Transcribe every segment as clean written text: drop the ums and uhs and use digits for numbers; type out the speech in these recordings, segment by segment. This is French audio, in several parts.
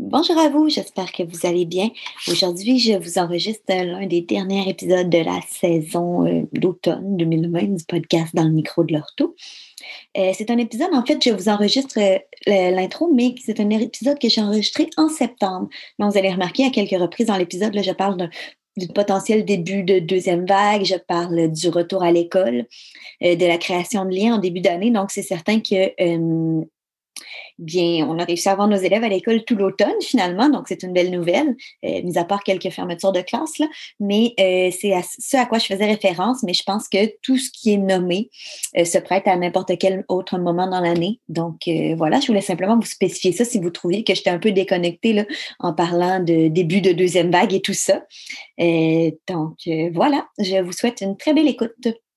Bonjour à vous, j'espère que vous allez bien. Aujourd'hui, je vous enregistre l'un des derniers épisodes de la saison d'automne 2020 du podcast Dans le micro de l'ortho. C'est un épisode, en fait, je vous enregistre l'intro, mais c'est un épisode que j'ai enregistré en septembre. Donc, vous allez remarquer à quelques reprises dans l'épisode, là, je parle du potentiel début de deuxième vague, je parle du retour à l'école, de la création de liens en début d'année. Donc, c'est certain que bien, on a réussi à avoir nos élèves à l'école tout l'automne, finalement, donc c'est une belle nouvelle, mis à part quelques fermetures de classe, là. Mais c'est à ce à quoi je faisais référence, mais je pense que tout ce qui est nommé se prête à n'importe quel autre moment dans l'année. Donc voilà, je voulais simplement vous spécifier ça si vous trouviez que j'étais un peu déconnectée là, en parlant de début de deuxième vague et tout ça. Donc voilà, je vous souhaite une très belle écoute.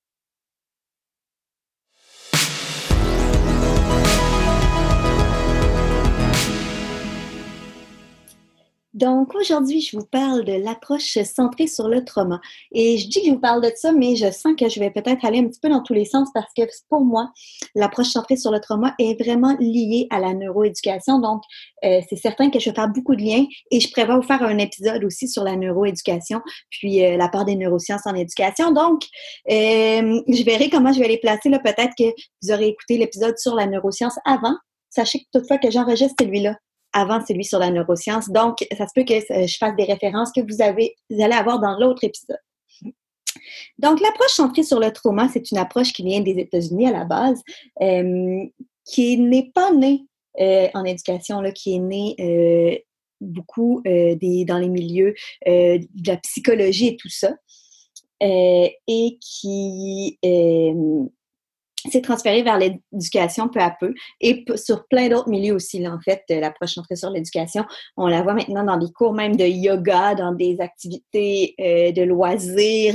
Donc aujourd'hui, je vous parle de l'approche centrée sur le trauma. Et je dis que je vous parle de ça, mais je sens que je vais peut-être aller un petit peu dans tous les sens parce que pour moi, l'approche centrée sur le trauma est vraiment liée à la neuroéducation. Donc, c'est certain que je vais faire beaucoup de liens et je prévois vous faire un épisode aussi sur la neuroéducation, puis la part des neurosciences en éducation. Donc, je verrai comment je vais les placer. Là, peut-être que vous aurez écouté l'épisode sur la neuroscience avant. Sachez que toutefois que j'enregistre celui-là avant celui sur la neuroscience. Donc, ça se peut que je fasse des références que vous allez avoir dans l'autre épisode. Donc, l'approche centrée sur le trauma, c'est une approche qui vient des États-Unis à la base, qui n'est pas née en éducation, là, qui est née beaucoup dans les milieux de la psychologie et tout ça, et qui s'est transféré vers l'éducation peu à peu et sur plein d'autres milieux aussi. Là, en fait, l'approche centrée sur l'éducation, on la voit maintenant dans des cours même de yoga, dans des activités de loisirs,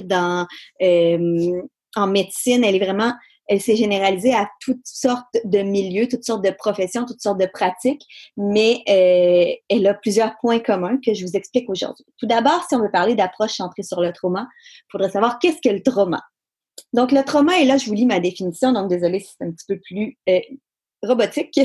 en médecine. Elle s'est généralisée à toutes sortes de milieux, toutes sortes de professions, toutes sortes de pratiques, mais elle a plusieurs points communs que je vous explique aujourd'hui. Tout d'abord, si on veut parler d'approche centrée sur le trauma, il faudrait savoir qu'est-ce que le trauma. Donc, le trauma, et là, je vous lis ma définition, donc désolée si c'est un petit peu plus robotique.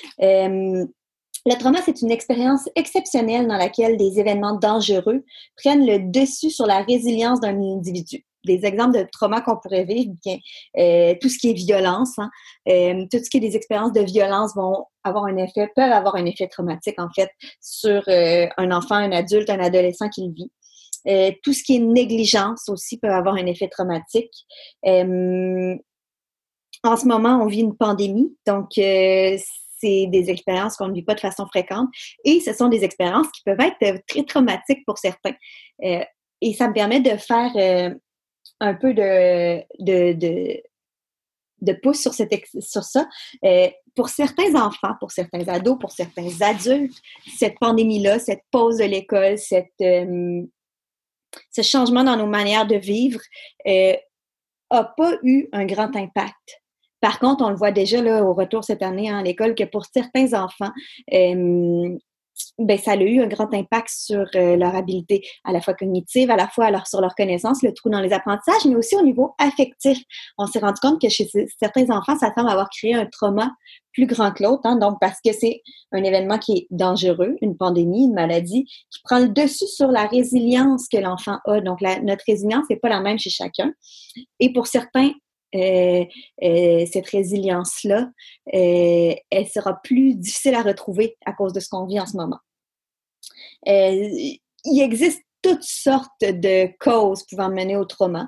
Le trauma, c'est une expérience exceptionnelle dans laquelle des événements dangereux prennent le dessus sur la résilience d'un individu. Des exemples de trauma qu'on pourrait vivre, bien, tout ce qui est violence, hein, tout ce qui est des expériences de violence peuvent avoir un effet traumatique, en fait, sur un enfant, un adulte, un adolescent qui le vit. Tout ce qui est négligence aussi peut avoir un effet traumatique. En ce moment, on vit une pandémie, donc c'est des expériences qu'on ne vit pas de façon fréquente et ce sont des expériences qui peuvent être très traumatiques pour certains. Et ça me permet de faire un peu de pouce sur ça. Pour certains enfants, pour certains ados, pour certains adultes, cette pandémie-là, cette pause de l'école, ce changement dans nos manières de vivre n'a pas eu un grand impact. Par contre, on le voit déjà là, au retour cette année à l'école que pour certains enfants, ça a eu un grand impact sur leur habileté à la fois cognitive, à la fois sur leur connaissance, le trou dans les apprentissages, mais aussi au niveau affectif. On s'est rendu compte que chez certains enfants, ça semble avoir créé un trauma plus grand que l'autre, hein, donc parce que c'est un événement qui est dangereux, une pandémie, une maladie, qui prend le dessus sur la résilience que l'enfant a. Donc, notre résilience n'est pas la même chez chacun. Et pour certains, cette résilience-là, elle sera plus difficile à retrouver à cause de ce qu'on vit en ce moment. Il existe toutes sortes de causes pouvant mener au trauma.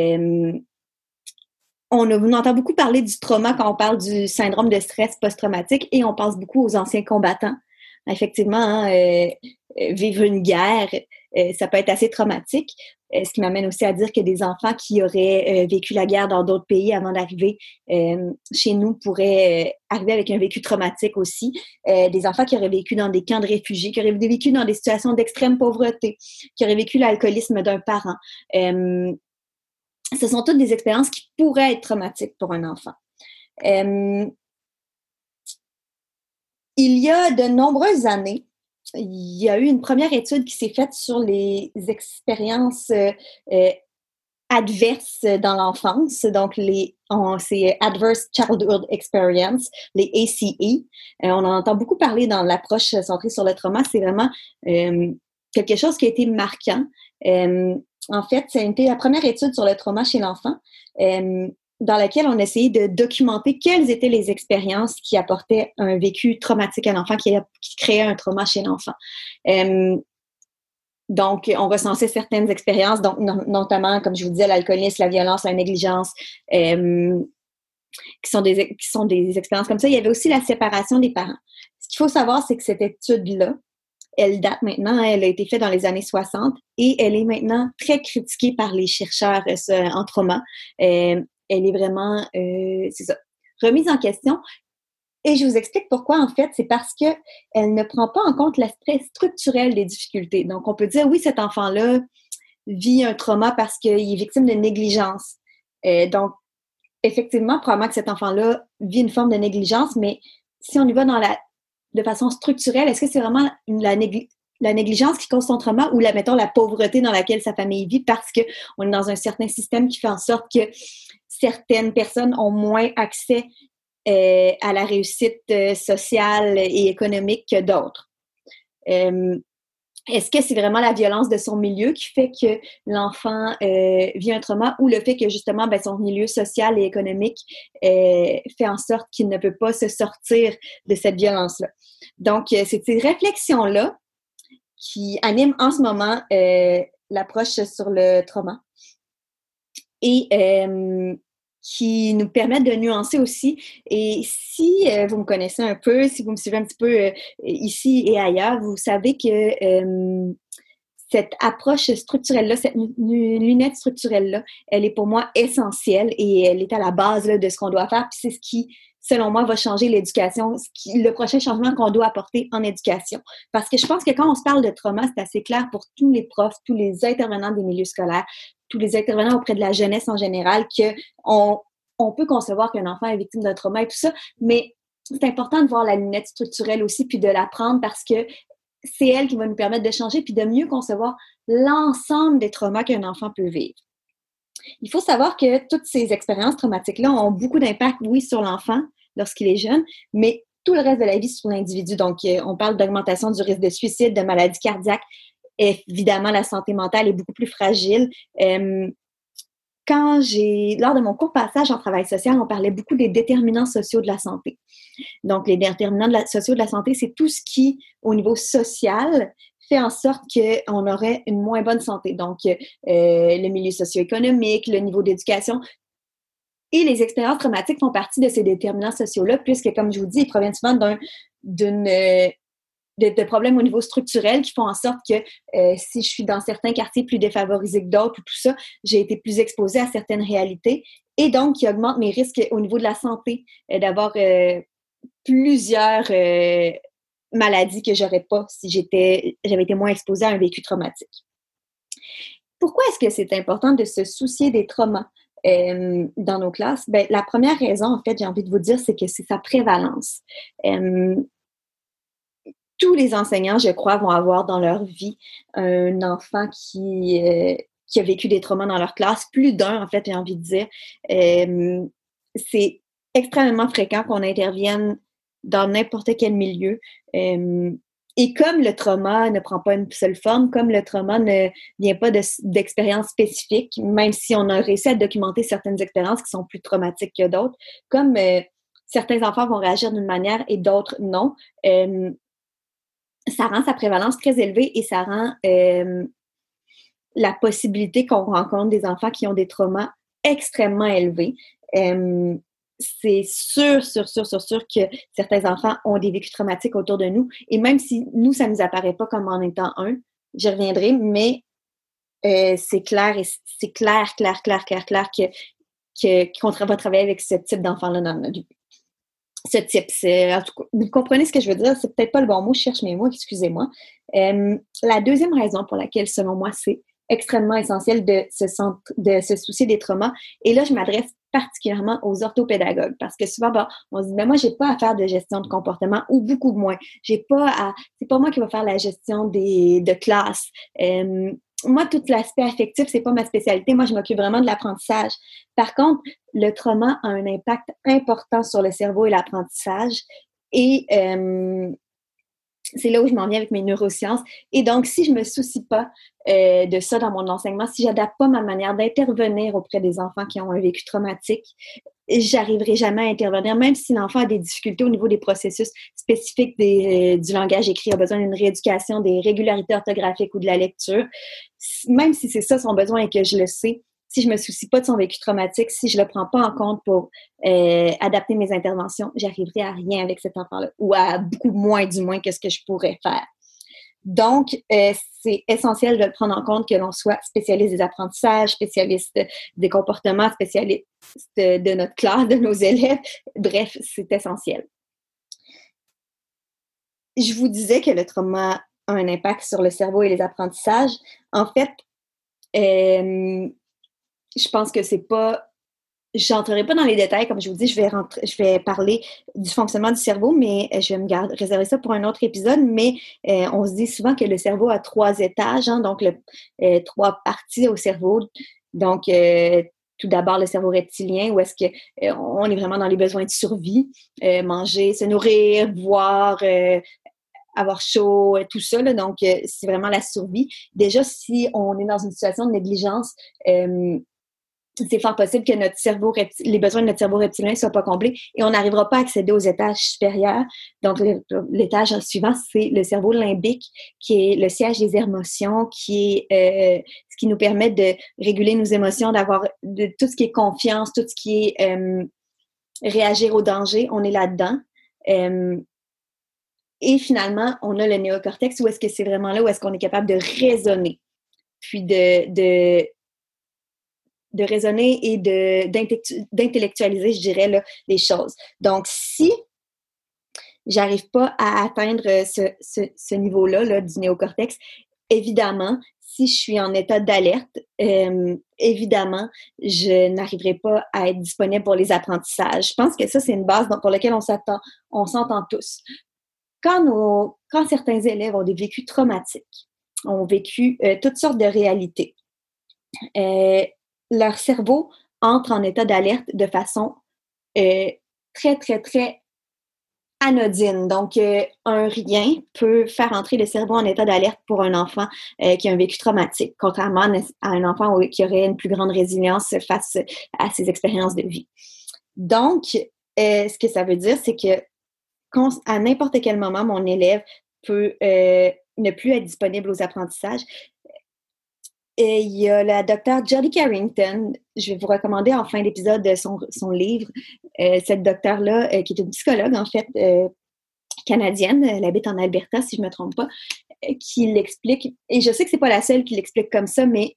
On entend beaucoup parler du trauma quand on parle du syndrome de stress post-traumatique et on pense beaucoup aux anciens combattants. Effectivement, hein, vivre une guerre, ça peut être assez traumatique. Ce qui m'amène aussi à dire que des enfants qui auraient vécu la guerre dans d'autres pays avant d'arriver chez nous pourraient arriver avec un vécu traumatique aussi. Des enfants qui auraient vécu dans des camps de réfugiés, qui auraient vécu dans des situations d'extrême pauvreté, qui auraient vécu l'alcoolisme d'un parent. Ce sont toutes des expériences qui pourraient être traumatiques pour un enfant. Il y a de nombreuses années, il y a eu une première étude qui s'est faite sur les expériences adverses dans l'enfance, donc c'est Adverse Childhood Experience, les ACE. On en entend beaucoup parler dans l'approche centrée sur le trauma. C'est vraiment quelque chose qui a été marquant. En fait, ça a été la première étude sur le trauma chez l'enfant, dans laquelle on essayait de documenter quelles étaient les expériences qui apportaient un vécu traumatique à l'enfant, qui créaient un trauma chez l'enfant. Donc, on recensait certaines expériences, donc notamment, comme je vous disais, l'alcoolisme, la violence, la négligence, qui sont des expériences comme ça. Il y avait aussi la séparation des parents. Ce qu'il faut savoir, c'est que cette étude-là, elle date maintenant, elle a été faite dans les années 60 et elle est maintenant très critiquée par les chercheurs en trauma. Elle est vraiment, c'est ça, remise en question. Et je vous explique pourquoi, en fait, c'est parce qu'elle ne prend pas en compte l'aspect structurel des difficultés. Donc, on peut dire, oui, cet enfant-là vit un trauma parce qu'il est victime de négligence. Donc, effectivement, probablement que cet enfant-là vit une forme de négligence, mais si on y va de façon structurelle, est-ce que c'est vraiment la négligence qui cause son trauma ou, mettons, la pauvreté dans laquelle sa famille vit parce qu'on est dans un certain système qui fait en sorte que certaines personnes ont moins accès à la réussite sociale et économique que d'autres. Est-ce que c'est vraiment la violence de son milieu qui fait que l'enfant vit un trauma ou le fait que justement son milieu social et économique fait en sorte qu'il ne peut pas se sortir de cette violence-là? Donc, c'est ces réflexions-là qui animent en ce moment l'approche sur le trauma et qui nous permettent de nuancer aussi. Et si vous me connaissez un peu, si vous me suivez un petit peu ici et ailleurs, vous savez que cette approche structurelle-là, cette lunette structurelle-là, elle est pour moi essentielle et elle est à la base là, de ce qu'on doit faire. Puis c'est ce qui, selon moi, va changer l'éducation, le prochain changement qu'on doit apporter en éducation. Parce que je pense que quand on se parle de trauma, c'est assez clair pour tous les profs, tous les intervenants des milieux scolaires, tous les intervenants auprès de la jeunesse en général, qu'on peut concevoir qu'un enfant est victime d'un trauma et tout ça, mais c'est important de voir la lunette structurelle aussi, puis de l'apprendre parce que c'est elle qui va nous permettre de changer puis de mieux concevoir l'ensemble des traumas qu'un enfant peut vivre. Il faut savoir que toutes ces expériences traumatiques-là ont beaucoup d'impact, oui, sur l'enfant lorsqu'il est jeune, mais tout le reste de la vie sur l'individu. Donc, on parle d'augmentation du risque de suicide, de maladie cardiaque. Évidemment, la santé mentale est beaucoup plus fragile. Lors de mon court passage en travail social, on parlait beaucoup des déterminants sociaux de la santé. Donc, les déterminants sociaux de la santé, c'est tout ce qui, au niveau social, fait en sorte qu'on aurait une moins bonne santé. Donc, le milieu socio-économique, le niveau d'éducation. Et les expériences traumatiques font partie de ces déterminants sociaux-là, puisque, comme je vous dis, ils proviennent souvent de problèmes au niveau structurel qui font en sorte que si je suis dans certains quartiers plus défavorisés que d'autres ou tout ça, j'ai été plus exposée à certaines réalités et donc qui augmente mes risques au niveau de la santé, d'avoir plusieurs maladies que j'aurais pas si j'avais été moins exposée à un vécu traumatique. Pourquoi est-ce que c'est important de se soucier des traumas dans nos classes? Ben, la première raison, en fait, j'ai envie de vous dire, c'est que c'est sa prévalence. Tous les enseignants, je crois, vont avoir dans leur vie un enfant qui a vécu des traumas dans leur classe, plus d'un, en fait, j'ai envie de dire. C'est extrêmement fréquent qu'on intervienne dans n'importe quel milieu. Et comme le trauma ne prend pas une seule forme, comme le trauma ne vient pas d'expériences spécifiques, même si on a réussi à documenter certaines expériences qui sont plus traumatiques que d'autres, comme certains enfants vont réagir d'une manière et d'autres non, ça rend sa prévalence très élevée et ça rend la possibilité qu'on rencontre des enfants qui ont des traumas extrêmement élevés. C'est sûr que certains enfants ont des vécus traumatiques autour de nous. Et même si nous, ça ne nous apparaît pas comme en étant un, j'y reviendrai, mais c'est clair qu'on va travailler avec ce type d'enfant-là dans notre vie. Ce type, en tout cas, vous comprenez ce que je veux dire? C'est peut-être pas le bon mot, je cherche mes mots, excusez-moi. La deuxième raison pour laquelle, selon moi, c'est extrêmement essentiel de se soucier des traumas, et là, je m'adresse particulièrement aux orthopédagogues, parce que souvent, on se dit, mais moi, j'ai pas à faire de gestion de comportement, ou beaucoup moins. C'est pas moi qui va faire la gestion de classe. moi, tout l'aspect affectif, c'est pas ma spécialité. Moi, je m'occupe vraiment de l'apprentissage. Par contre, le trauma a un impact important sur le cerveau et l'apprentissage. Et c'est là où je m'en viens avec mes neurosciences. Et donc, si je me soucie pas de ça dans mon enseignement, si j'adapte pas ma manière d'intervenir auprès des enfants qui ont un vécu traumatique, j'arriverai jamais à intervenir, même si l'enfant a des difficultés au niveau des processus spécifiques du langage écrit, a besoin d'une rééducation, des régularités orthographiques ou de la lecture. Même si c'est ça son besoin et que je le sais, si je me soucie pas de son vécu traumatique, si je le prends pas en compte pour adapter mes interventions, j'arriverai à rien avec cet enfant-là, ou à beaucoup moins du moins que ce que je pourrais faire. Donc, c'est essentiel de le prendre en compte que l'on soit spécialiste des apprentissages, spécialiste des comportements, spécialiste de notre classe, de nos élèves. Bref, c'est essentiel. Je vous disais que le trauma a un impact sur le cerveau et les apprentissages. En fait, je pense que c'est pas... J'entrerai pas dans les détails, comme je vous dis, je vais parler du fonctionnement du cerveau, mais je vais réserver ça pour un autre épisode. Mais on se dit souvent que le cerveau a 3 étages, hein, donc 3 parties au cerveau. Donc, tout d'abord, le cerveau reptilien, où est-ce que on est vraiment dans les besoins de survie, manger, se nourrir, boire, avoir chaud, tout ça. Là, donc, c'est vraiment la survie. Déjà, si on est dans une situation de négligence, c'est fort possible que les besoins de notre cerveau reptilien ne soient pas comblés et on n'arrivera pas à accéder aux étages supérieurs. Donc, l'étage suivant, c'est le cerveau limbique, qui est le siège des émotions, qui est ce qui nous permet de réguler nos émotions, d'avoir de tout ce qui est confiance, tout ce qui est réagir au danger. On est là-dedans. Et finalement, on a le néocortex, où est-ce que c'est vraiment là où est-ce qu'on est capable de raisonner, puis de raisonner et d'intellectualiser, je dirais, là, les choses. Donc, si j'arrive pas à atteindre ce niveau-là là, du néocortex, évidemment, si je suis en état d'alerte, évidemment, je n'arriverai pas à être disponible pour les apprentissages. Je pense que ça, c'est une base pour laquelle on s'entend tous. Quand certains élèves ont des vécus traumatiques, ont vécu toutes sortes de réalités, leur cerveau entre en état d'alerte de façon très, très, très anodine. Donc, un rien peut faire entrer le cerveau en état d'alerte pour un enfant qui a un vécu traumatique, contrairement à un enfant qui aurait une plus grande résilience face à ses expériences de vie. Donc, ce que ça veut dire, c'est que à n'importe quel moment, mon élève peut ne plus être disponible aux apprentissages. Et il y a la docteure Jodie Carrington. Je vais vous recommander en fin d'épisode son livre. Cette docteure-là, qui est une psychologue, en fait, canadienne, elle habite en Alberta, si je ne me trompe pas, qui l'explique. Et je sais que c'est pas la seule qui l'explique comme ça, mais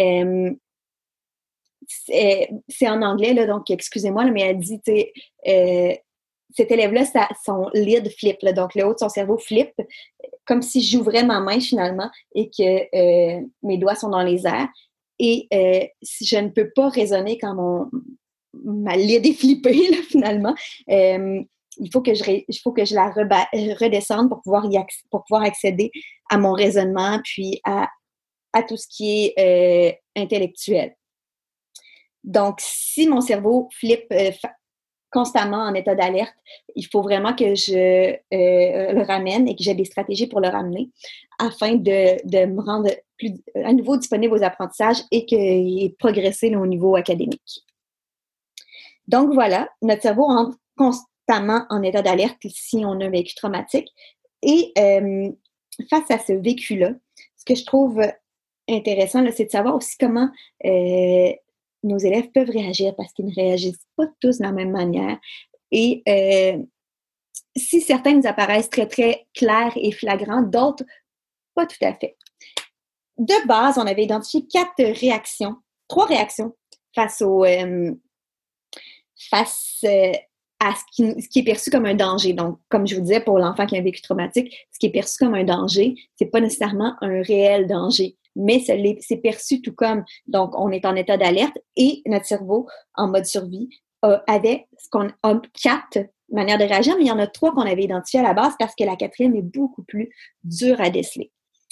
c'est en anglais, là, donc excusez-moi, là, mais elle dit, tu sais, cet élève-là, son lid flip, là, donc le haut de son cerveau flip, comme si j'ouvrais ma main finalement et que mes doigts sont dans les airs. Et si je ne peux pas raisonner quand ma lid est flippée, là, finalement, il faut que je la redescende pour pouvoir accéder à mon raisonnement, puis à tout ce qui est intellectuel. Donc, si mon cerveau flippe constamment en état d'alerte, il faut vraiment que je le ramène et que j'ai des stratégies pour le ramener afin de me rendre à nouveau disponible aux apprentissages et qu'il ait progressé là, au niveau académique. Donc voilà, notre cerveau rentre constamment en état d'alerte si on a un vécu traumatique. Et face à ce vécu-là, ce que je trouve intéressant, là, c'est de savoir aussi comment nos élèves peuvent réagir parce qu'ils ne réagissent pas tous de la même manière. Et si certains nous apparaissent très, très clairs et flagrants, d'autres, pas tout à fait. De base, on avait identifié 3 réactions face à ce qui est perçu comme un danger. Donc, comme je vous disais, pour l'enfant qui a un vécu traumatique, ce qui est perçu comme un danger, c'est pas nécessairement un réel danger, mais c'est perçu tout comme. Donc, on est en état d'alerte et notre cerveau, en mode survie, avait ce qu'on a 4 manières de réagir, mais il y en a 3 qu'on avait identifiées à la base parce que la 4e est beaucoup plus dure à déceler.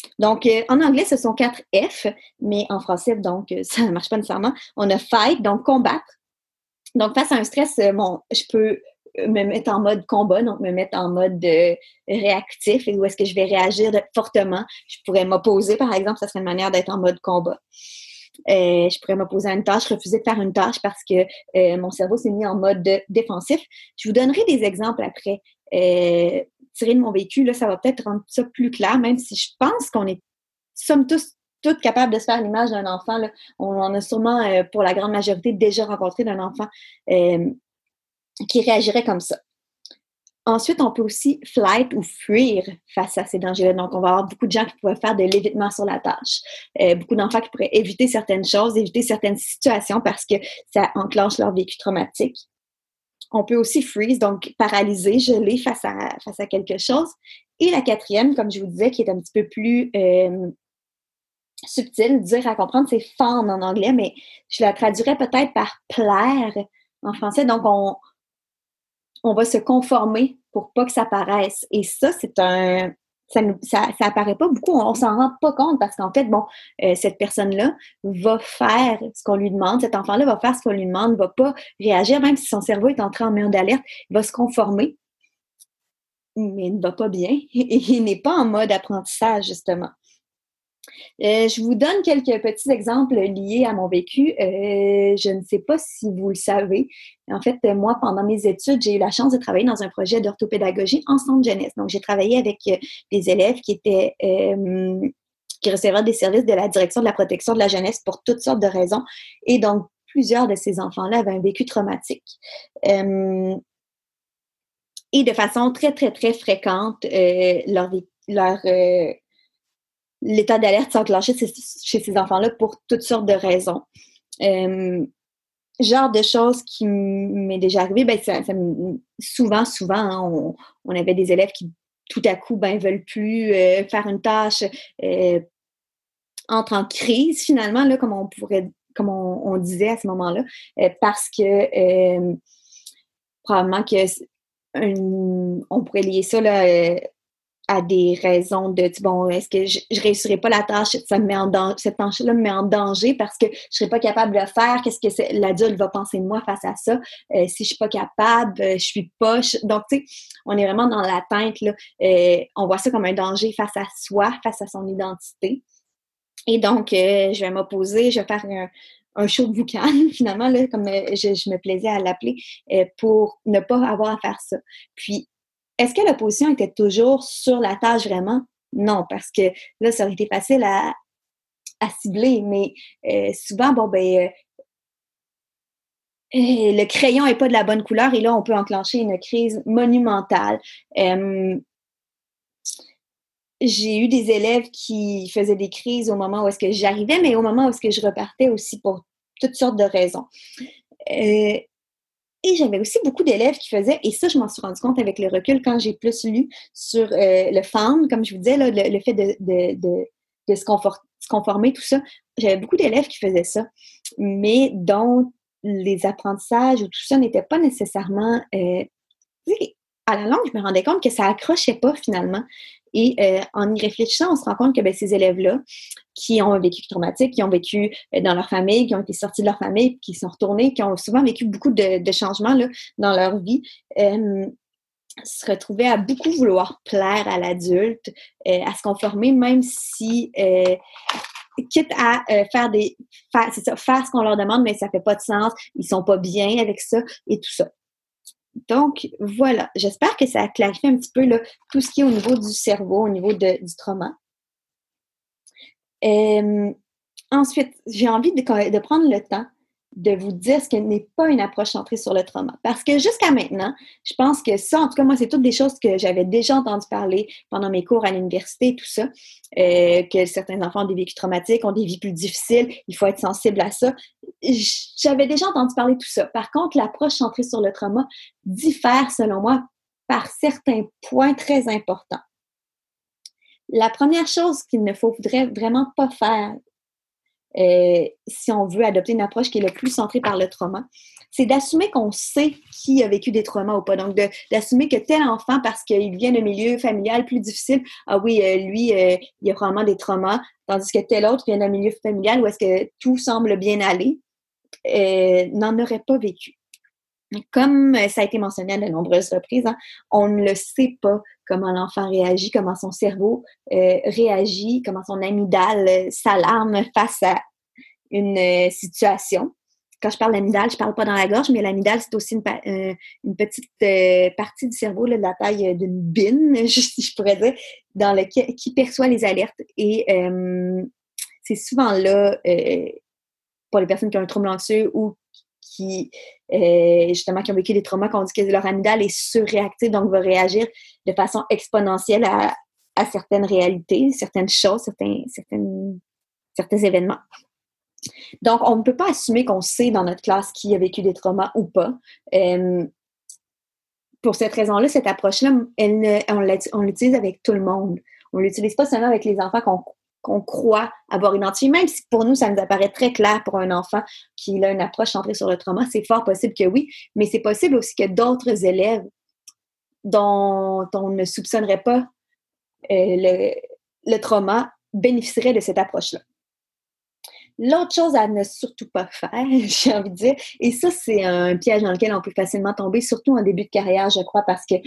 Donc, en anglais, ce sont 4 F, mais en français, donc, ça ne marche pas nécessairement. On a fight, donc combattre. Donc, face à un stress, je peux me mettre en mode combat, donc me mettre en mode réactif, et où est-ce que je vais réagir fortement. Je pourrais m'opposer, par exemple, ça serait une manière d'être en mode combat. Je pourrais m'opposer à une tâche, refuser de faire une tâche parce que mon cerveau s'est mis en mode défensif. Je vous donnerai des exemples après. Tiré de mon vécu, là, ça va peut-être rendre ça plus clair, même si je pense qu'on est sommes toutes capables de se faire l'image d'un enfant. Là. On en a sûrement, pour la grande majorité, déjà rencontré d'un enfant qui réagirait comme ça. Ensuite, on peut aussi flight ou fuir face à ces dangers-là. Donc, on va avoir beaucoup de gens qui pourraient faire de l'évitement sur la tâche. Beaucoup d'enfants qui pourraient éviter certaines choses, éviter certaines situations parce que ça enclenche leur vécu traumatique. On peut aussi freeze, donc paralyser, geler face à quelque chose. Et la quatrième, comme je vous disais, qui est un petit peu plus subtile, dur à comprendre, c'est fendre en anglais, mais je la traduirais peut-être par plaire en français. Donc, on va se conformer pour pas que ça paraisse. Et ça, ça apparaît pas beaucoup, on s'en rend pas compte parce qu'en fait, cette personne-là va faire ce qu'on lui demande, cet enfant-là va faire ce qu'on lui demande, va pas réagir, même si son cerveau est entré en mode d'alerte, il va se conformer, mais il ne va pas bien et il n'est pas en mode apprentissage, justement. Je vous donne quelques petits exemples liés à mon vécu. Je ne sais pas si vous le savez. En fait, moi, pendant mes études, j'ai eu la chance de travailler dans un projet d'orthopédagogie en centre jeunesse. Donc, j'ai travaillé avec des élèves qui recevaient des services de la direction de la protection de la jeunesse pour toutes sortes de raisons. Et donc, plusieurs de ces enfants-là avaient un vécu traumatique. Et de façon très, très, très fréquente, l'état d'alerte s'enclenchait chez ces enfants-là pour toutes sortes de raisons. Genre de choses qui m'est déjà arrivé, souvent, hein, on avait des élèves qui, tout à coup, veulent plus faire une tâche, entrent en crise, finalement, là, comme on disait à ce moment-là, parce que probablement que on pourrait lier ça là, à des raisons de est-ce que je réussirai pas la tâche, ça me met en danger, cette tâche-là me met en danger parce que je serai pas capable de le faire, qu'est-ce que l'adulte va penser de moi face à ça, si je suis pas capable, je suis poche. Donc, tu sais, on est vraiment dans l'atteinte, là. On voit ça comme un danger face à soi, face à son identité. Et donc, je vais m'opposer, je vais faire un show de boucan, finalement, là, comme je me plaisais à l'appeler, pour ne pas avoir à faire ça. Puis, est-ce que l'opposition était toujours sur la tâche vraiment? Non, parce que là, ça aurait été facile à cibler, mais souvent, le crayon n'est pas de la bonne couleur et là, on peut enclencher une crise monumentale. J'ai eu des élèves qui faisaient des crises au moment où est-ce que j'arrivais, mais au moment où est-ce que je repartais aussi pour toutes sortes de raisons. Et j'avais aussi beaucoup d'élèves qui faisaient, et ça, je m'en suis rendu compte avec le recul quand j'ai plus lu sur le FAM, comme je vous disais, là, le fait de se conformer, tout ça. J'avais beaucoup d'élèves qui faisaient ça, mais dont les apprentissages ou tout ça n'étaient pas nécessairement... à la longue, je me rendais compte que ça accrochait pas finalement. Et en y réfléchissant, on se rend compte que ces élèves-là, qui ont un vécu traumatique, qui ont vécu dans leur famille, qui ont été sortis de leur famille, qui sont retournés, qui ont souvent vécu beaucoup de changements là, dans leur vie, se retrouvaient à beaucoup vouloir plaire à l'adulte, à se conformer, même si, quitte à faire ce qu'on leur demande, mais ça fait pas de sens, ils sont pas bien avec ça et tout ça. Donc, voilà. J'espère que ça a clarifié un petit peu là, tout ce qui est au niveau du cerveau, au niveau du trauma. Ensuite, j'ai envie de prendre le temps de vous dire ce n'est pas une approche centrée sur le trauma. Parce que jusqu'à maintenant, je pense que ça, en tout cas, moi, c'est toutes des choses que j'avais déjà entendu parler pendant mes cours à l'université, tout ça, que certains enfants ont des vécus traumatiques, ont des vies plus difficiles, il faut être sensible à ça. J'avais déjà entendu parler de tout ça. Par contre, l'approche centrée sur le trauma diffère, selon moi, par certains points très importants. La première chose qu'il ne faudrait vraiment pas faire si on veut adopter une approche qui est le plus centrée par le trauma, c'est d'assumer qu'on sait qui a vécu des traumas ou pas. Donc, d'assumer que tel enfant, parce qu'il vient d'un milieu familial plus difficile, ah oui, lui, il a probablement des traumas, tandis que tel autre vient d'un milieu familial où est-ce que tout semble bien aller, n'en aurait pas vécu. Comme ça a été mentionné à de nombreuses reprises, hein, on ne le sait pas comment l'enfant réagit, comment son cerveau réagit, comment son amygdale s'alarme face à une situation. Quand je parle d'amygdale, je parle pas dans la gorge, mais l'amygdale, c'est aussi une petite partie du cerveau là, de la taille d'une bine, si je pourrais dire, qui perçoit les alertes. Et c'est souvent là, pour les personnes qui ont un trouble anxieux ou qui, justement, qui ont vécu des traumas, qu'on dit que leur amygdale est surréactive, donc va réagir de façon exponentielle à certaines réalités, certaines choses, certains événements. Donc, on ne peut pas assumer qu'on sait dans notre classe qui a vécu des traumas ou pas. Pour cette raison-là, cette approche-là, on l'utilise avec tout le monde. On ne l'utilise pas seulement avec les enfants qu'on croit avoir identifiés, même si pour nous, ça nous apparaît très clair pour un enfant qui a une approche centrée sur le trauma. C'est fort possible que oui, mais c'est possible aussi que d'autres élèves dont on ne soupçonnerait pas le trauma bénéficieraient de cette approche-là. L'autre chose à ne surtout pas faire, j'ai envie de dire, et ça, c'est un piège dans lequel on peut facilement tomber, surtout en début de carrière, je crois, parce que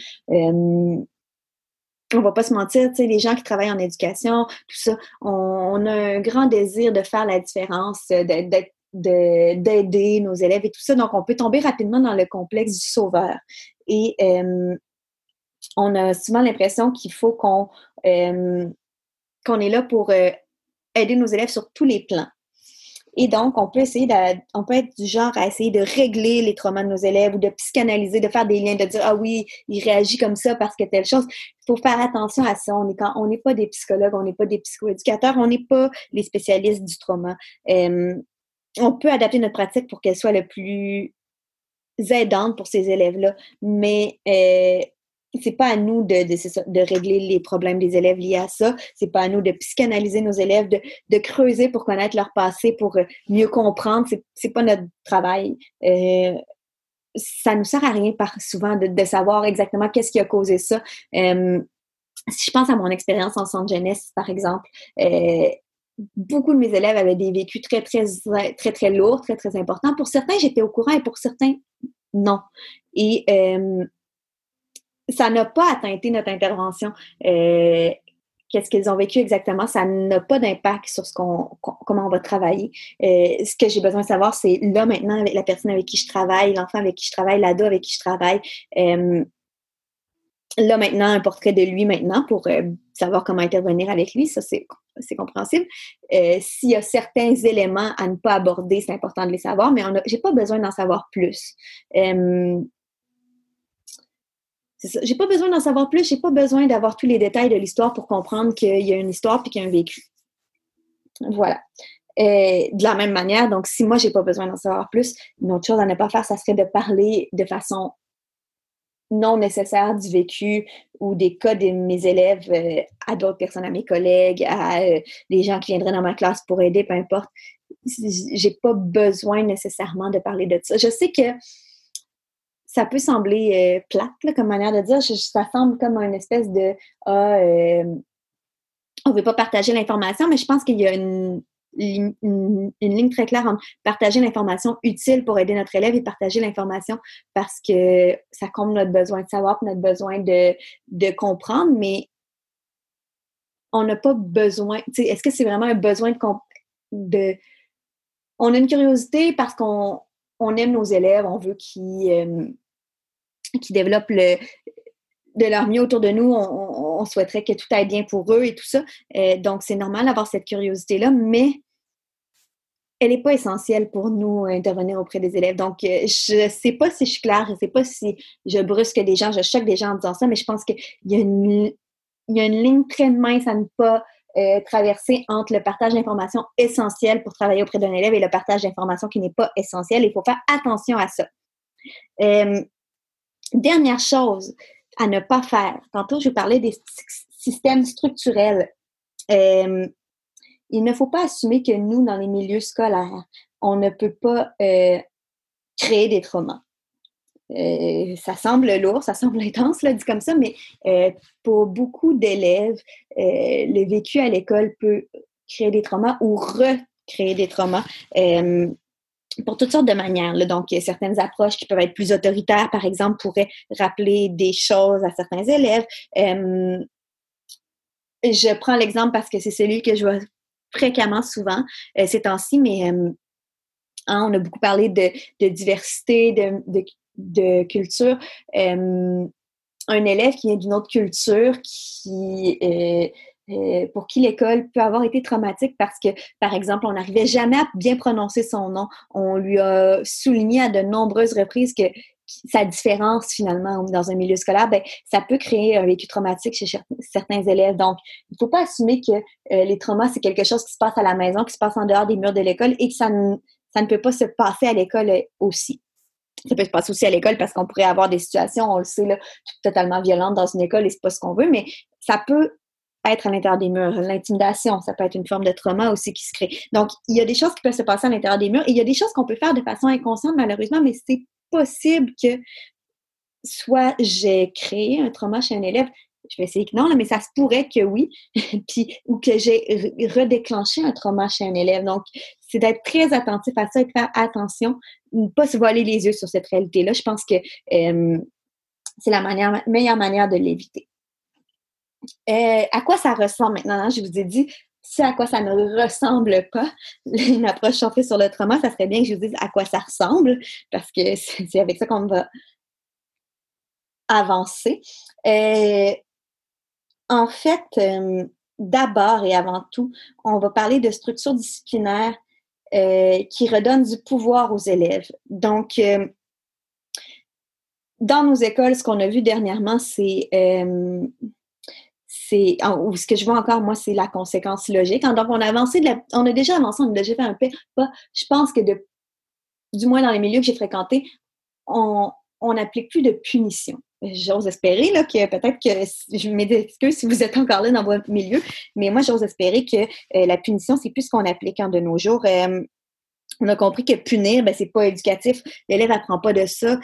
on va pas se mentir, tu sais, les gens qui travaillent en éducation, tout ça, on a un grand désir de faire la différence, d'aider nos élèves et tout ça, donc on peut tomber rapidement dans le complexe du sauveur. Et on a souvent l'impression qu'il faut qu'on est là pour aider nos élèves sur tous les plans. Et donc, on peut être du genre à essayer de régler les traumas de nos élèves ou de psychanalyser, de faire des liens, de dire, ah oui, il réagit comme ça parce que telle chose. Il faut faire attention à ça. On n'est pas des psychologues, on n'est pas des psychoéducateurs, on n'est pas les spécialistes du trauma. On peut adapter notre pratique pour qu'elle soit le plus aidante pour ces élèves-là, mais c'est pas à nous de régler les problèmes des élèves liés à ça. C'est pas à nous de psychanalyser nos élèves, de creuser pour connaître leur passé, pour mieux comprendre. C'est pas notre travail. Ça nous sert à rien souvent de savoir exactement qu'est-ce qui a causé ça. Si je pense à mon expérience en centre jeunesse, par exemple, beaucoup de mes élèves avaient des vécus très, très, très, très lourds, très, très importants. Pour certains, j'étais au courant et pour certains, non. Et ça n'a pas atteinté notre intervention. Qu'est-ce qu'ils ont vécu exactement? Ça n'a pas d'impact sur comment on va travailler. Ce que j'ai besoin de savoir, c'est là, maintenant, avec la personne avec qui je travaille, l'enfant avec qui je travaille, l'ado avec qui je travaille. Là, maintenant, un portrait de lui maintenant pour savoir comment intervenir avec lui. Ça, c'est compréhensible. S'il y a certains éléments à ne pas aborder, c'est important de les savoir, mais j'ai pas besoin d'en savoir plus. C'est ça. J'ai pas besoin d'en savoir plus, j'ai pas besoin d'avoir tous les détails de l'histoire pour comprendre qu'il y a une histoire puis qu'il y a un vécu. Voilà. De la même manière, donc si moi j'ai pas besoin d'en savoir plus, une autre chose à ne pas faire, ça serait de parler de façon non nécessaire du vécu ou des cas de mes élèves à d'autres personnes, à mes collègues, à des gens qui viendraient dans ma classe pour aider, peu importe. J'ai pas besoin nécessairement de parler de ça. Je sais que ça peut sembler plate là, comme manière de dire. Ça semble comme une espèce de on veut pas partager l'information, mais je pense qu'il y a une ligne très claire entre partager l'information utile pour aider notre élève et partager l'information parce que ça comble notre besoin de savoir, notre besoin de comprendre, mais on n'a pas besoin. Est-ce que c'est vraiment un besoin on a une curiosité parce qu'on aime nos élèves, on veut qu'ils développent de leur mieux autour de nous, on souhaiterait que tout aille bien pour eux et tout ça. Donc, c'est normal d'avoir cette curiosité-là, mais elle n'est pas essentielle pour nous intervenir auprès des élèves. Donc, je ne sais pas si je suis claire, je ne sais pas si je brusque des gens, je choque des gens en disant ça, mais je pense qu'il y a une ligne très mince à ne pas traverser entre le partage d'informations essentielles pour travailler auprès d'un élève et le partage d'informations qui n'est pas essentiel. Il faut faire attention à ça. Dernière chose à ne pas faire. Tantôt, je parlais des systèmes structurels. Il ne faut pas assumer que nous, dans les milieux scolaires, on ne peut pas créer des traumas. Ça semble lourd, ça semble intense, là, dit comme ça, mais pour beaucoup d'élèves, le vécu à l'école peut créer des traumas ou recréer des traumas. Pour toutes sortes de manières. Là. Donc, il y a certaines approches qui peuvent être plus autoritaires, par exemple, pourraient rappeler des choses à certains élèves. Je prends l'exemple parce que c'est celui que je vois fréquemment souvent ces temps-ci, mais on a beaucoup parlé de diversité, de culture. Un élève qui vient d'une autre culture, pour qui l'école peut avoir été traumatique parce que, par exemple, on n'arrivait jamais à bien prononcer son nom. On lui a souligné à de nombreuses reprises que sa différence, finalement, dans un milieu scolaire, ben, ça peut créer un vécu traumatique chez certains élèves. Donc, il ne faut pas assumer que les traumas, c'est quelque chose qui se passe à la maison, qui se passe en dehors des murs de l'école et que ça ne peut pas se passer à l'école aussi. Ça peut se passer aussi à l'école parce qu'on pourrait avoir des situations, on le sait, là, totalement violentes dans une école et c'est pas ce qu'on veut, mais ça peut être à l'intérieur des murs. L'intimidation, ça peut être une forme de trauma aussi qui se crée. Donc, il y a des choses qui peuvent se passer à l'intérieur des murs et il y a des choses qu'on peut faire de façon inconsciente, malheureusement, mais c'est possible que soit j'ai créé un trauma chez un élève, je vais essayer que non, là, mais ça se pourrait que oui, puis, ou que j'ai redéclenché un trauma chez un élève. Donc, c'est d'être très attentif à ça et de faire attention, ne pas se voiler les yeux sur cette réalité-là. Je pense que c'est la meilleure manière de l'éviter. À quoi ça ressemble maintenant? Hein? Je vous ai dit ce à quoi ça ne ressemble pas. Une approche centrée sur le trauma, ça serait bien que je vous dise à quoi ça ressemble, parce que c'est avec ça qu'on va avancer. En fait, d'abord et avant tout, on va parler de structures disciplinaires qui redonnent du pouvoir aux élèves. Donc, dans nos écoles, ce qu'on a vu dernièrement, ou ce que je vois encore, moi, c'est la conséquence logique. Donc, on a déjà avancé, on a déjà fait un pas. Je pense que du moins dans les milieux que j'ai fréquentés, on n'applique plus de punition. J'ose espérer là, que peut-être que je m'excuse si vous êtes encore là dans votre milieu, mais moi, j'ose espérer que la punition, c'est plus ce qu'on applique de nos jours. On a compris que punir, ben, c'est pas éducatif. L'élève n'apprend pas de ça.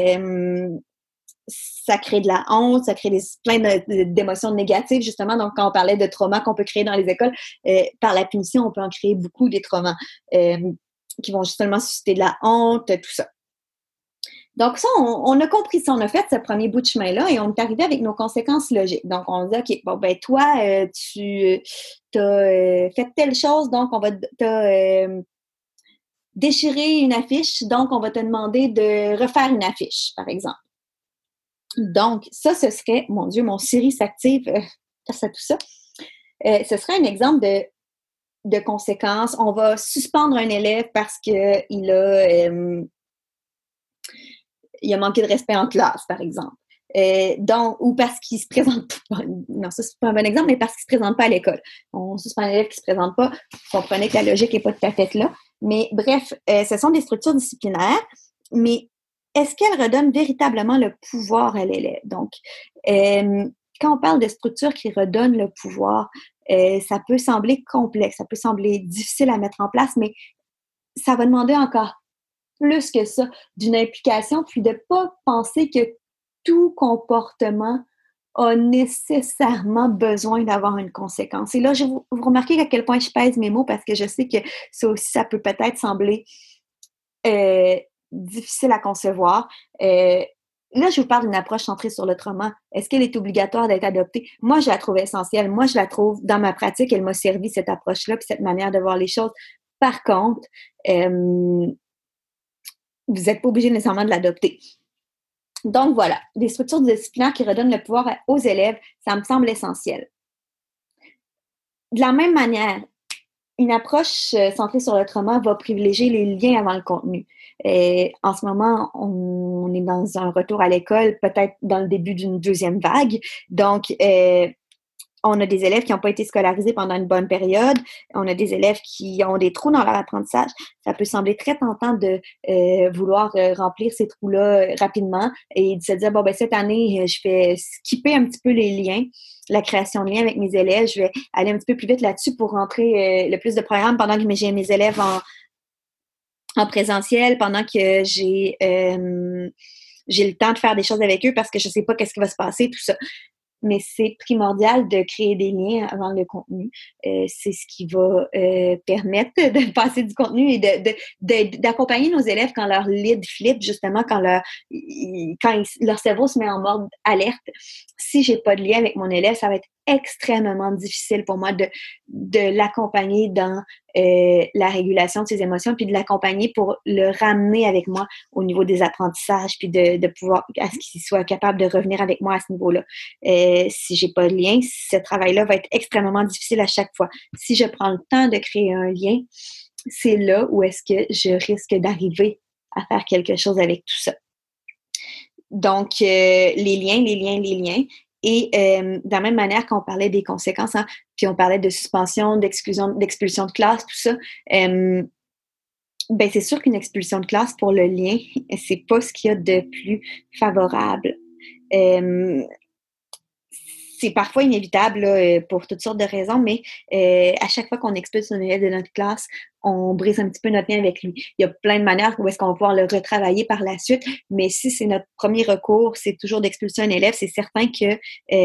Ça crée de la honte, ça crée plein d'émotions négatives, justement. Donc, quand on parlait de traumas qu'on peut créer dans les écoles, par la punition, on peut en créer beaucoup des traumas qui vont justement susciter de la honte, tout ça. Donc ça, on a compris ça, on a fait ce premier bout de chemin-là et on est arrivé avec nos conséquences logiques. Donc, on dit, OK, bon, ben toi, tu as fait telle chose, donc t'as déchiré une affiche, donc on va te demander de refaire une affiche, par exemple. Donc, ça, ce serait, mon Dieu, mon Siri s'active face à tout ça. Ce serait un exemple de conséquences. On va suspendre un élève parce qu'il il a manqué de respect en classe, par exemple. Ou parce qu'il se présente pas. Non, ça, c'est pas un bon exemple, mais parce qu'il se présente pas à l'école. On suspend un élève qui se présente pas. Vous comprenez que la logique n'est pas tout à fait là. Mais bref, ce sont des structures disciplinaires, mais est-ce qu'elles redonnent véritablement le pouvoir à l'élève? Donc, quand on parle de structures qui redonnent le pouvoir, ça peut sembler complexe, ça peut sembler difficile à mettre en place, mais ça va demander encore plus que ça, d'une implication, puis de ne pas penser que tout comportement a nécessairement besoin d'avoir une conséquence. Et là, vous remarquez à quel point je pèse mes mots parce que je sais que ça aussi, ça peut peut-être sembler difficile à concevoir. Là, je vous parle d'une approche centrée sur le trauma. Est-ce qu'elle est obligatoire d'être adoptée? Moi, je la trouve essentielle. Moi, je la trouve, dans ma pratique, elle m'a servi cette approche-là puis cette manière de voir les choses. Par contre, vous n'êtes pas obligé nécessairement de l'adopter. Donc voilà, des structures disciplinaires qui redonnent le pouvoir aux élèves, ça me semble essentiel. De la même manière, une approche centrée sur le trauma va privilégier les liens avant le contenu. En ce moment, on est dans un retour à l'école, peut-être dans le début d'une deuxième vague. Donc, on a des élèves qui n'ont pas été scolarisés pendant une bonne période. On a des élèves qui ont des trous dans leur apprentissage. Ça peut sembler très tentant de vouloir remplir ces trous-là rapidement et de se dire, bon, ben cette année, je vais skipper un petit peu les liens, la création de liens avec mes élèves. Je vais aller un petit peu plus vite là-dessus pour rentrer le plus de programmes pendant que j'ai mes élèves en présentiel pendant que j'ai le temps de faire des choses avec eux parce que je sais pas qu'est-ce qui va se passer, tout ça. Mais c'est primordial de créer des liens avant le contenu. C'est ce qui va permettre de passer du contenu et d'accompagner nos élèves quand leur lead flippe, justement, leur cerveau se met en mode alerte. Si j'ai pas de lien avec mon élève, ça va être extrêmement difficile pour moi de l'accompagner dans la régulation de ses émotions, puis de l'accompagner pour le ramener avec moi au niveau des apprentissages, puis de pouvoir, à ce qu'il soit capable de revenir avec moi à ce niveau-là. Si j'ai pas de lien, ce travail-là va être extrêmement difficile à chaque fois. Si je prends le temps de créer un lien, c'est là où est-ce que je risque d'arriver à faire quelque chose avec tout ça. Donc, les liens. Et de la même manière qu'on parlait des conséquences, hein, puis on parlait de suspension, d'expulsion de classe, tout ça, ben c'est sûr qu'une expulsion de classe pour le lien, c'est pas ce qu'il y a de plus favorable. C'est parfois inévitable là, pour toutes sortes de raisons, mais à chaque fois qu'on expulse un élève de notre classe, on brise un petit peu notre lien avec lui. Il y a plein de manières où est-ce qu'on va pouvoir le retravailler par la suite, mais si c'est notre premier recours, c'est toujours d'expulser un élève, c'est certain que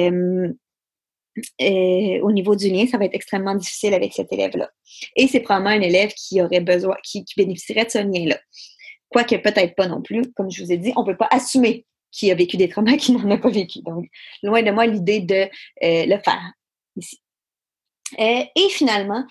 au niveau du lien, ça va être extrêmement difficile avec cet élève-là. Et c'est probablement un élève qui aurait besoin, qui bénéficierait de ce lien-là. Quoique peut-être pas non plus, comme je vous ai dit, on ne peut pas assumer qui a vécu des traumas qui n'en a pas vécu. Donc, loin de moi l'idée de le faire ici. Et finalement,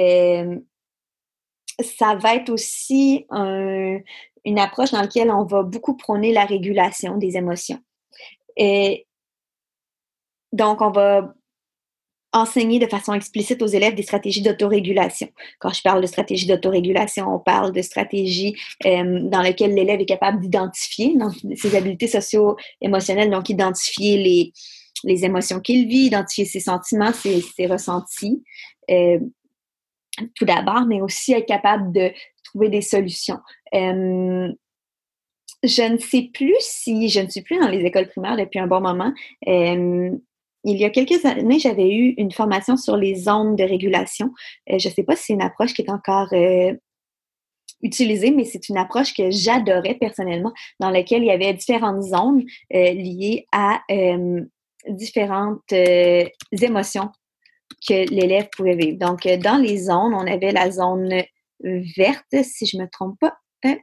ça va être aussi une approche dans laquelle on va beaucoup prôner la régulation des émotions. Et donc, on va enseigner de façon explicite aux élèves des stratégies d'autorégulation. Quand je parle de stratégie d'autorégulation, on parle de stratégies dans lesquelles l'élève est capable d'identifier ses habiletés socio-émotionnelles, donc identifier les émotions qu'il vit, identifier ses sentiments, ses ressentis, tout d'abord, mais aussi être capable de trouver des solutions. Je ne sais plus si je ne suis plus dans les écoles primaires depuis un bon moment. Il y a quelques années, j'avais eu une formation sur les zones de régulation. Je ne sais pas si c'est une approche qui est encore utilisée, mais c'est une approche que j'adorais personnellement, dans laquelle il y avait différentes zones liées à différentes émotions que l'élève pouvait vivre. Donc, dans les zones, on avait la zone verte, si je ne me trompe pas.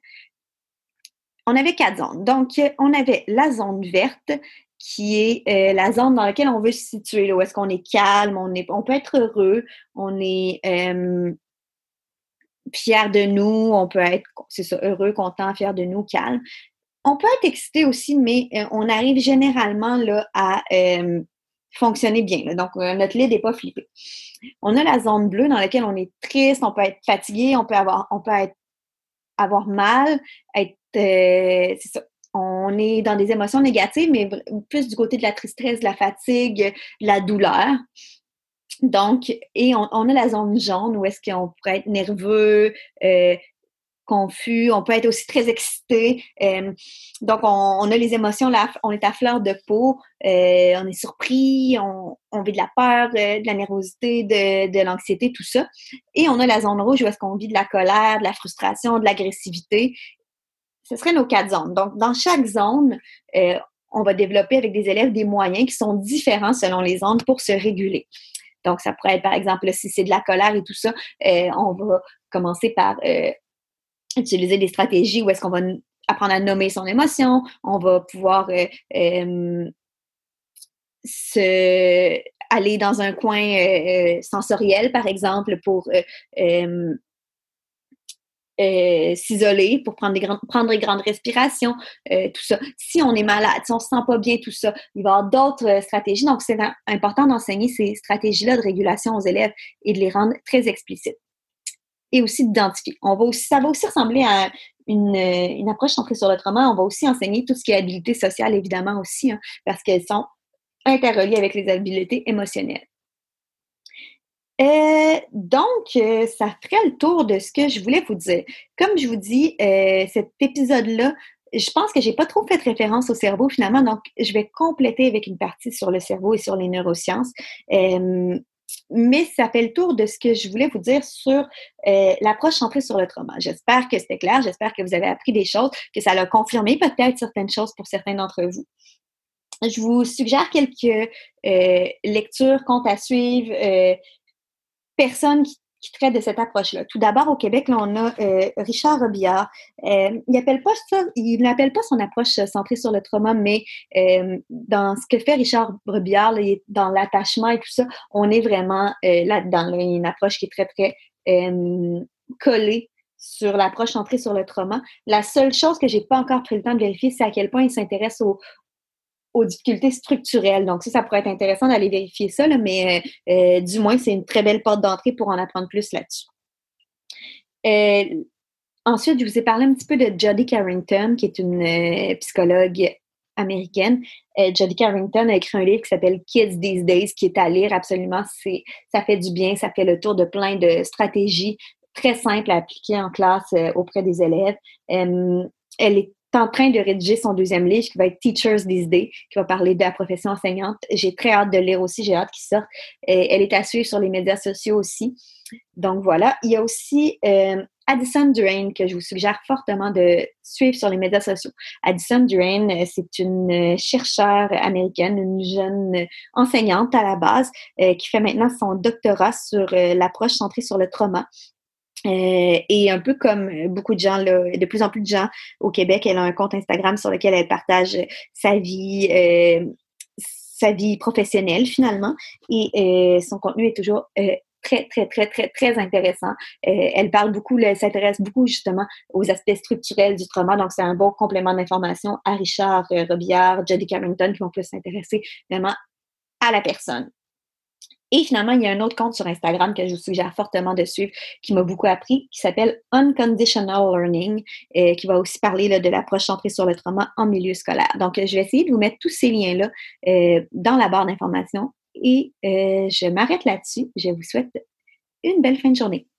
On avait 4 zones. Donc, on avait la zone verte, qui est la zone dans laquelle on veut se situer, là, où est-ce qu'on est calme, on peut être heureux, on est fier de nous, on peut être, c'est ça, heureux, content, fier de nous, calme. On peut être excité aussi, mais on arrive généralement là, à fonctionner bien. Là. Donc, notre lead n'est pas flippé. On a la zone bleue dans laquelle on est triste, on peut être fatigué, on peut avoir mal, être, c'est ça. On est dans des émotions négatives, mais plus du côté de la tristesse, de la fatigue, de la douleur. Donc, et on a la zone jaune où est-ce qu'on pourrait être nerveux, confus, on peut être aussi très excité. Donc, on a les émotions, là, on est à fleur de peau, on est surpris, on vit de la peur, de la nervosité, de l'anxiété, tout ça. Et on a la zone rouge où est-ce qu'on vit de la colère, de la frustration, de l'agressivité. Ce serait nos 4 zones. Donc, dans chaque zone, on va développer avec des élèves des moyens qui sont différents selon les zones pour se réguler. Donc, ça pourrait être, par exemple, si c'est de la colère et tout ça, on va commencer par utiliser des stratégies où est-ce qu'on va apprendre à nommer son émotion, on va pouvoir aller dans un coin sensoriel, par exemple, pour s'isoler, pour prendre des grandes respirations, tout ça. Si on est malade, si on se sent pas bien, tout ça, il va y avoir d'autres stratégies. Donc, c'est important d'enseigner ces stratégies-là de régulation aux élèves et de les rendre très explicites. Et aussi d'identifier. Ça va aussi ressembler à une approche centrée sur le trauma. On va aussi enseigner tout ce qui est habileté sociale, évidemment, aussi, hein, parce qu'elles sont interreliées avec les habiletés émotionnelles. Donc, ça ferait le tour de ce que je voulais vous dire. Comme je vous dis, cet épisode-là, je pense que j'ai pas trop fait référence au cerveau finalement, donc je vais compléter avec une partie sur le cerveau et sur les neurosciences. mais ça fait le tour de ce que je voulais vous dire sur l'approche centrée sur le trauma. J'espère que c'était clair, j'espère que vous avez appris des choses, que ça a confirmé peut-être certaines choses pour certains d'entre vous. Je vous suggère quelques lectures, comptes à suivre, personnes qui traitent de cette approche-là. Tout d'abord, au Québec, là, on a Richard Robillard. Il n'appelle pas son approche centrée sur le trauma, mais dans ce que fait Richard Robillard, là, dans l'attachement et tout ça, on est vraiment là-dedans. Là, il y a une approche qui est très, très collée sur l'approche centrée sur le trauma. La seule chose que j'ai pas encore pris le temps de vérifier, c'est à quel point il s'intéresse aux difficultés structurelles. Donc, ça pourrait être intéressant d'aller vérifier ça, là, mais du moins, c'est une très belle porte d'entrée pour en apprendre plus là-dessus. Ensuite, je vous ai parlé un petit peu de Jodie Carrington, qui est une psychologue américaine. Jodie Carrington a écrit un livre qui s'appelle Kids These Days, qui est à lire absolument. Ça fait du bien, ça fait le tour de plein de stratégies très simples à appliquer en classe auprès des élèves. Elle est en train de rédiger son deuxième livre qui va être Teachers These Days, qui va parler de la profession enseignante. J'ai très hâte de le lire aussi, j'ai hâte qu'il sorte. Elle est à suivre sur les médias sociaux aussi. Donc voilà. Il y a aussi Addison Durain, que je vous suggère fortement de suivre sur les médias sociaux. Addison Durain, c'est une chercheure américaine, une jeune enseignante à la base, qui fait maintenant son doctorat sur l'approche centrée sur le trauma. Et un peu comme beaucoup de gens, là, de plus en plus de gens au Québec, elle a un compte Instagram sur lequel elle partage sa vie professionnelle finalement. Et son contenu est toujours très, très, très, très, très intéressant. Elle parle beaucoup, elle s'intéresse beaucoup justement aux aspects structurels du trauma. Donc, c'est un bon complément d'information à Richard Robillard, Jodie Carrington, qui vont plus s'intéresser vraiment à la personne. Et finalement, il y a un autre compte sur Instagram que je vous suggère fortement de suivre, qui m'a beaucoup appris, qui s'appelle Unconditional Learning, qui va aussi parler là, de l'approche centrée sur le trauma en milieu scolaire. Donc, je vais essayer de vous mettre tous ces liens-là dans la barre d'informations et je m'arrête là-dessus. Je vous souhaite une belle fin de journée.